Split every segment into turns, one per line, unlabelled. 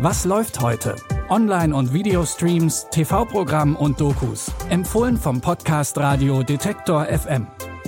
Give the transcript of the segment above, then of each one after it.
Was läuft heute? Online- und Videostreams, TV-Programm und Dokus. Empfohlen vom Podcast Radio Detektor FM.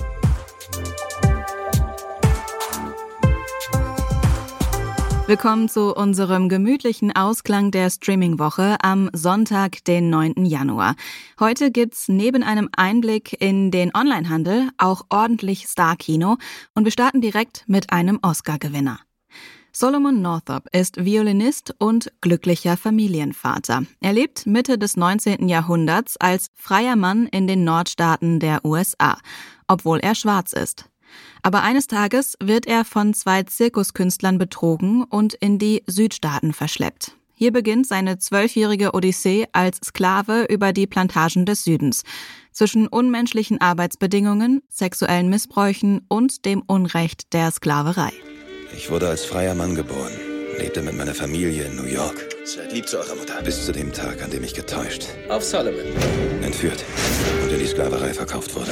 Willkommen zu unserem gemütlichen Ausklang der Streaming-Woche am Sonntag, den 9. Januar. Heute gibt's neben einem Einblick in den Onlinehandel auch ordentlich Star-Kino und wir starten direkt mit einem Oscar-Gewinner. Solomon Northup ist Violinist und glücklicher Familienvater. Er lebt Mitte des 19. Jahrhunderts als freier Mann in den Nordstaaten der USA, obwohl er schwarz ist. Aber eines Tages wird er von 2 Zirkuskünstlern betrogen und in die Südstaaten verschleppt. Hier beginnt seine 12-jährige Odyssee als Sklave über die Plantagen des Südens, zwischen unmenschlichen Arbeitsbedingungen, sexuellen Missbräuchen und dem Unrecht der Sklaverei.
Ich wurde als freier Mann geboren, lebte mit meiner Familie in New York.
Seid lieb zu eurer Mutter.
Bis zu dem Tag, an dem ich getäuscht,
Auf Solomon.
entführt und in die Sklaverei verkauft wurde.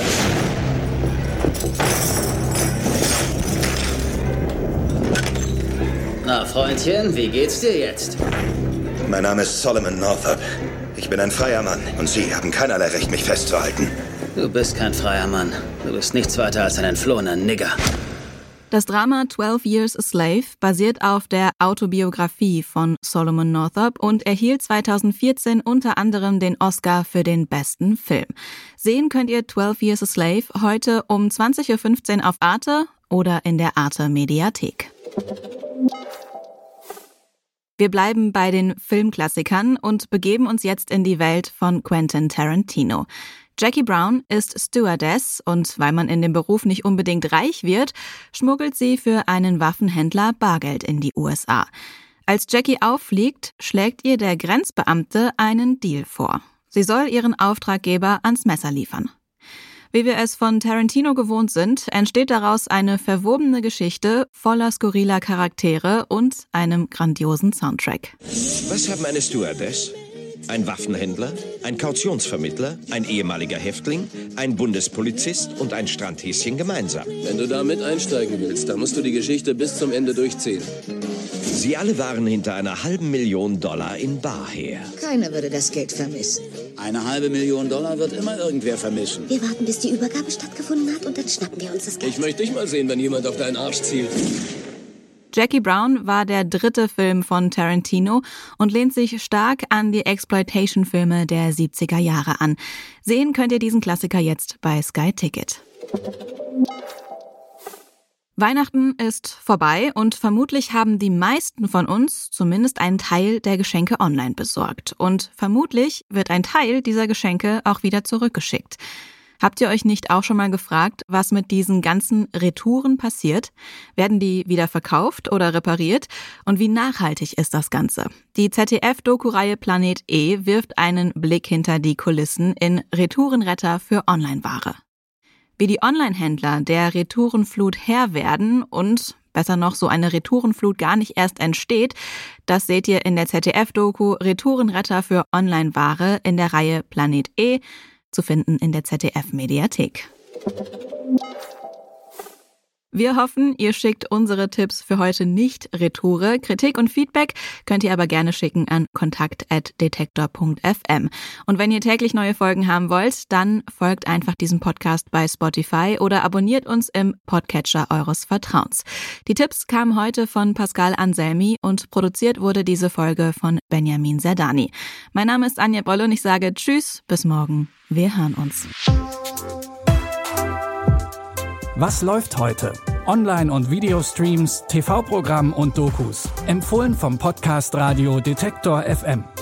Na, Freundchen, wie geht's dir jetzt?
Mein Name ist Solomon Northup. Ich bin ein freier Mann und Sie haben keinerlei Recht, mich festzuhalten.
Du bist kein freier Mann. Du bist nichts weiter als ein entflohener Nigger.
Das Drama 12 Years a Slave basiert auf der Autobiografie von Solomon Northup und erhielt 2014 unter anderem den Oscar für den besten Film. Sehen könnt ihr 12 Years a Slave heute um 20.15 Uhr auf Arte oder in der Arte Mediathek. Wir bleiben bei den Filmklassikern und begeben uns jetzt in die Welt von Quentin Tarantino. Jackie Brown ist Stewardess und weil man in dem Beruf nicht unbedingt reich wird, schmuggelt sie für einen Waffenhändler Bargeld in die USA. Als Jackie auffliegt, schlägt ihr der Grenzbeamte einen Deal vor. Sie soll ihren Auftraggeber ans Messer liefern. Wie wir es von Tarantino gewohnt sind, entsteht daraus eine verwobene Geschichte voller skurriler Charaktere und einem grandiosen Soundtrack.
Was haben eine Stewardess, ein Waffenhändler, ein Kautionsvermittler, ein ehemaliger Häftling, ein Bundespolizist und ein Strandhäschen gemeinsam?
Wenn du da mit einsteigen willst, dann musst du die Geschichte bis zum Ende durchziehen.
Sie alle waren hinter einer $500.000 in bar her.
Keiner würde das Geld vermissen.
$500.000 wird immer irgendwer vermischen.
Wir warten, bis die Übergabe stattgefunden hat und dann schnappen wir uns das Geld.
Ich möchte dich mal sehen, wenn jemand auf deinen Arsch zielt.
Jackie Brown war der 3. Film von Tarantino und lehnt sich stark an die Exploitation-Filme der 70er Jahre an. Sehen könnt ihr diesen Klassiker jetzt bei Sky Ticket. Weihnachten ist vorbei und vermutlich haben die meisten von uns zumindest einen Teil der Geschenke online besorgt. Und vermutlich wird ein Teil dieser Geschenke auch wieder zurückgeschickt. Habt ihr euch nicht auch schon mal gefragt, was mit diesen ganzen Retouren passiert? Werden die wieder verkauft oder repariert? Und wie nachhaltig ist das Ganze? Die ZDF-Doku-Reihe Planet E wirft einen Blick hinter die Kulissen in Retourenretter für Onlineware. Wie die Onlinehändler der Retourenflut Herr werden und besser noch so eine Retourenflut gar nicht erst entsteht, das seht ihr in der ZDF-Doku Retourenretter für Onlineware in der Reihe Planet E, zu finden in der ZDF-Mediathek. Wir hoffen, ihr schickt unsere Tipps für heute nicht retoure. Kritik und Feedback könnt ihr aber gerne schicken an kontakt@detektor.fm. Und wenn ihr täglich neue Folgen haben wollt, dann folgt einfach diesem Podcast bei Spotify oder abonniert uns im Podcatcher eures Vertrauens. Die Tipps kamen heute von Pascal Anselmi und produziert wurde diese Folge von Benjamin Zerdani. Mein Name ist Anja Bolle und ich sage Tschüss, bis morgen. Wir hören uns.
Was läuft heute? Online- und Videostreams, TV-Programm und Dokus. Empfohlen vom Podcast Radio Detektor FM.